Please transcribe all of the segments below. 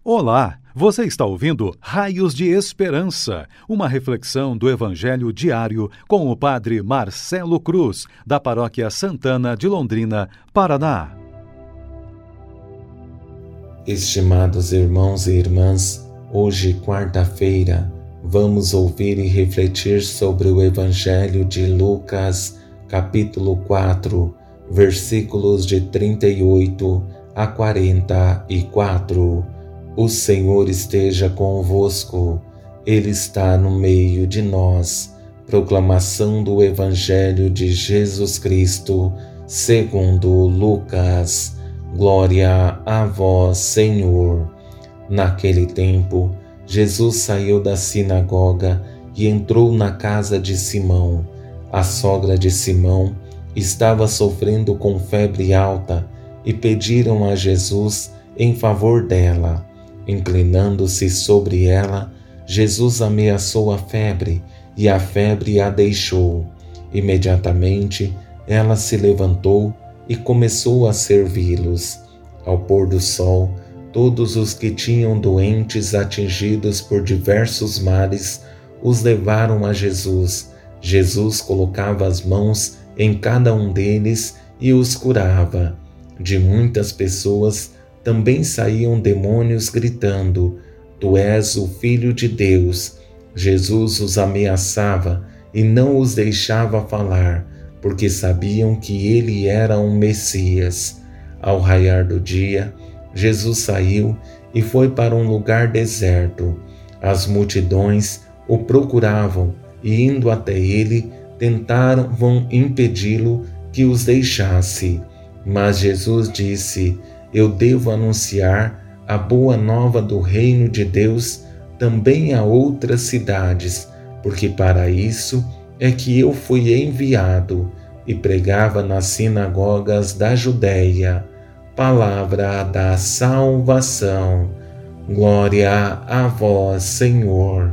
Olá, você está ouvindo Raios de Esperança, uma reflexão do Evangelho diário com o Padre Marcelo Cruz, da Paróquia Santana de Londrina, Paraná. Estimados irmãos e irmãs, hoje, quarta-feira, vamos ouvir e refletir sobre o Evangelho de Lucas, capítulo 4, versículos de 38 a 44. O Senhor esteja convosco, Ele está no meio de nós. Proclamação do Evangelho de Jesus Cristo, segundo Lucas. Glória a vós, Senhor. Naquele tempo, Jesus saiu da sinagoga e entrou na casa de Simão. A sogra de Simão estava sofrendo com febre alta e pediram a Jesus em favor dela. Inclinando-se sobre ela, Jesus ameaçou a febre e a febre a deixou. Imediatamente, ela se levantou e começou a servi-los. Ao pôr do sol, todos os que tinham doentes atingidos por diversos males os levaram a Jesus. Jesus colocava as mãos em cada um deles e os curava. De muitas pessoas também saíam demônios gritando: Tu és o Filho de Deus. Jesus os ameaçava e não os deixava falar, porque sabiam que ele era um Messias. Ao raiar do dia, Jesus saiu e foi para um lugar deserto. As multidões o procuravam e, indo até ele, tentavam impedi-lo que os deixasse. Mas Jesus disse: Eu devo anunciar a boa nova do reino de Deus também a outras cidades, porque para isso é que eu fui enviado. E pregava nas sinagogas da Judéia. Palavra da salvação. Glória a vós, Senhor.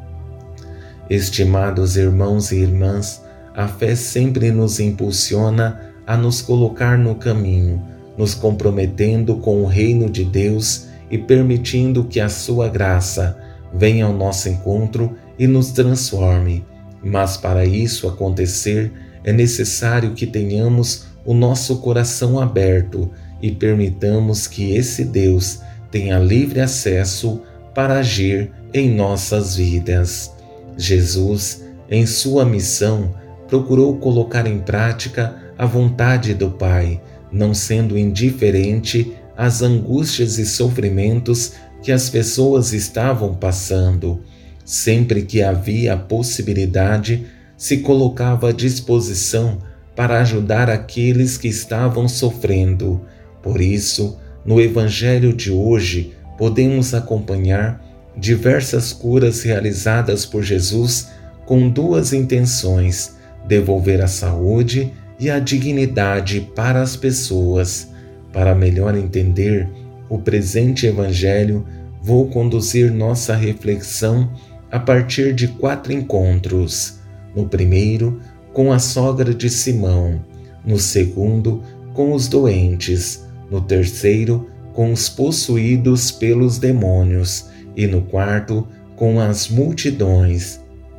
Estimados irmãos e irmãs, a fé sempre nos impulsiona a nos colocar no caminho, nos comprometendo com o reino de Deus e permitindo que a sua graça venha ao nosso encontro e nos transforme. Mas para isso acontecer, é necessário que tenhamos o nosso coração aberto e permitamos que esse Deus tenha livre acesso para agir em nossas vidas. Jesus, em sua missão, procurou colocar em prática a vontade do Pai, não sendo indiferente às angústias e sofrimentos que as pessoas estavam passando. Sempre que havia a possibilidade, se colocava à disposição para ajudar aqueles que estavam sofrendo. Por isso, no Evangelho de hoje, podemos acompanhar diversas curas realizadas por Jesus com duas intenções: devolver a saúde e a dignidade para as pessoas. Para melhor entender o presente Evangelho, vou conduzir nossa reflexão a partir de 4 encontros. No primeiro, com a sogra de Simão. No segundo, com os doentes. No terceiro, com os possuídos pelos demônios. E no quarto, com as multidões.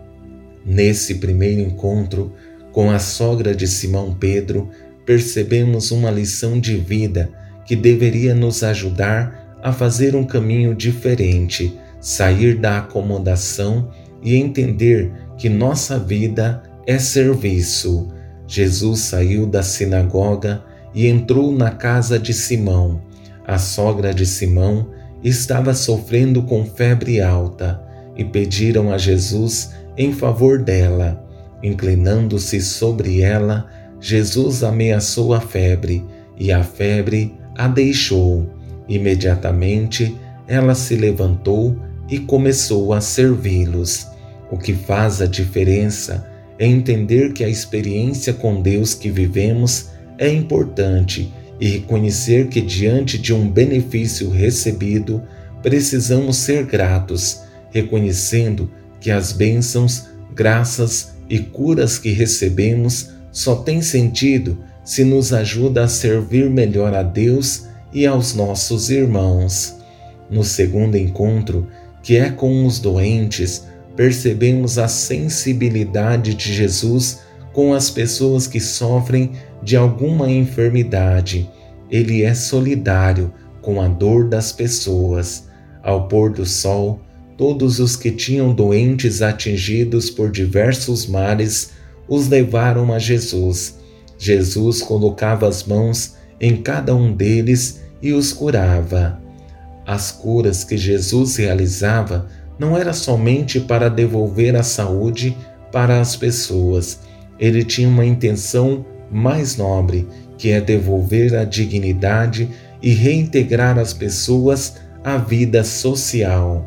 Nesse primeiro encontro, com a sogra de Simão Pedro, percebemos uma lição de vida que deveria nos ajudar a fazer um caminho diferente, sair da acomodação e entender que nossa vida é serviço. Jesus saiu da sinagoga e entrou na casa de Simão. A sogra de Simão estava sofrendo com febre alta e pediram a Jesus em favor dela. Inclinando-se sobre ela, Jesus ameaçou a febre e a febre a deixou. Imediatamente, ela se levantou e começou a servi-los. O que faz a diferença é entender que a experiência com Deus que vivemos é importante e reconhecer que, diante de um benefício recebido, precisamos ser gratos, reconhecendo que as bênçãos, graças e curas que recebemos só têm sentido se nos ajuda a servir melhor a Deus e aos nossos irmãos. No segundo encontro, que é com os doentes, percebemos a sensibilidade de Jesus com as pessoas que sofrem de alguma enfermidade. Ele é solidário com a dor das pessoas. Ao pôr do sol, todos os que tinham doentes atingidos por diversos males os levaram a Jesus. Jesus colocava as mãos em cada um deles e os curava. As curas que Jesus realizava não era somente para devolver a saúde para as pessoas. Ele tinha uma intenção mais nobre, que é devolver a dignidade e reintegrar as pessoas à vida social.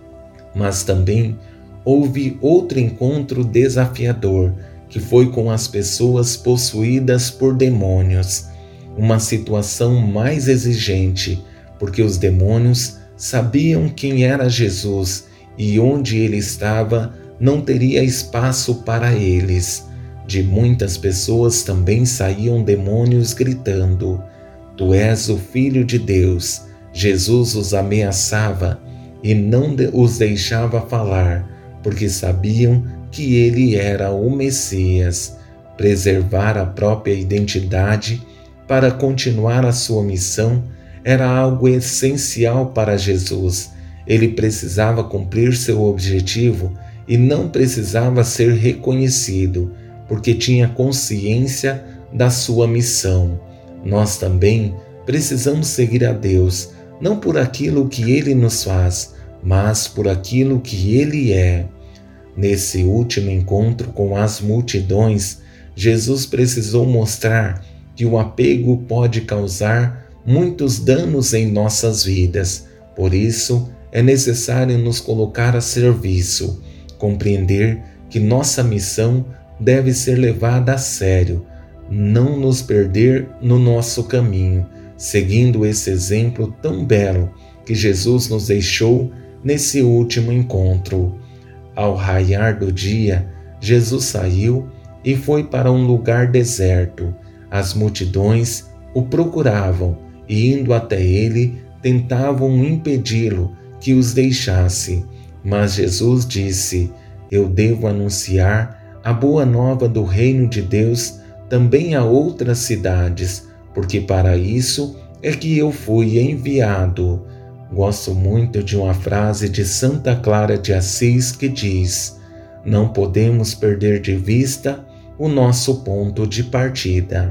Mas também houve outro encontro desafiador, que foi com as pessoas possuídas por demônios. Uma situação mais exigente, porque os demônios sabiam quem era Jesus e onde ele estava não teria espaço para eles. De muitas pessoas também saíam demônios gritando: Tu és o Filho de Deus. Jesus os ameaçava e não os deixava falar, porque sabiam que ele era o Messias. Preservar a própria identidade para continuar a sua missão era algo essencial para Jesus. Ele precisava cumprir seu objetivo e não precisava ser reconhecido, porque tinha consciência da sua missão. Nós também precisamos seguir a Deus, não por aquilo que Ele nos faz, mas por aquilo que Ele é. Nesse último encontro com as multidões, Jesus precisou mostrar que o apego pode causar muitos danos em nossas vidas. Por isso, é necessário nos colocar a serviço, compreender que nossa missão deve ser levada a sério, não nos perder no nosso caminho, seguindo esse exemplo tão belo que Jesus nos deixou nesse último encontro. Ao raiar do dia, Jesus saiu e foi para um lugar deserto. As multidões o procuravam e, indo até ele, tentavam impedi-lo que os deixasse. Mas Jesus disse: Eu devo anunciar a boa nova do reino de Deus também a outras cidades, porque para isso é que eu fui enviado. Gosto muito de uma frase de Santa Clara de Assis que diz: Não podemos perder de vista o nosso ponto de partida.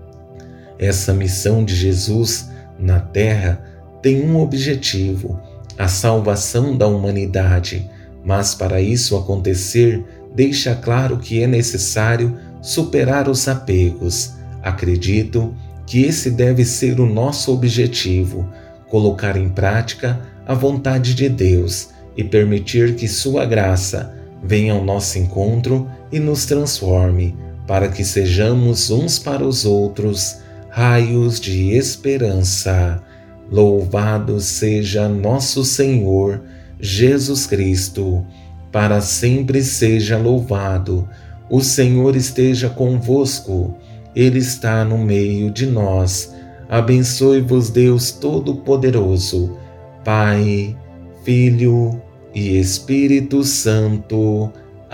Essa missão de Jesus na Terra tem um objetivo: a salvação da humanidade, mas para isso acontecer, deixa claro que é necessário superar os apegos. Acredito que esse deve ser o nosso objetivo: colocar em prática a vontade de Deus e permitir que sua graça venha ao nosso encontro e nos transforme, para que sejamos uns para os outros raios de esperança. Louvado seja nosso Senhor Jesus Cristo, para sempre seja louvado. O Senhor esteja convosco, Ele está no meio de nós. Abençoe-vos Deus Todo-Poderoso, Pai, Filho e Espírito Santo.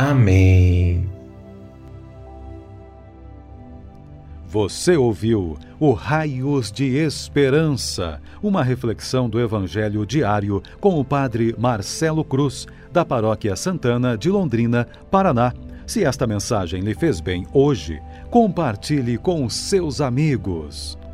Amém. Você ouviu o Raios de Esperança, uma reflexão do Evangelho diário com o Padre Marcelo Cruz, da Paróquia Santana de Londrina, Paraná. Se esta mensagem lhe fez bem hoje, compartilhe com os seus amigos.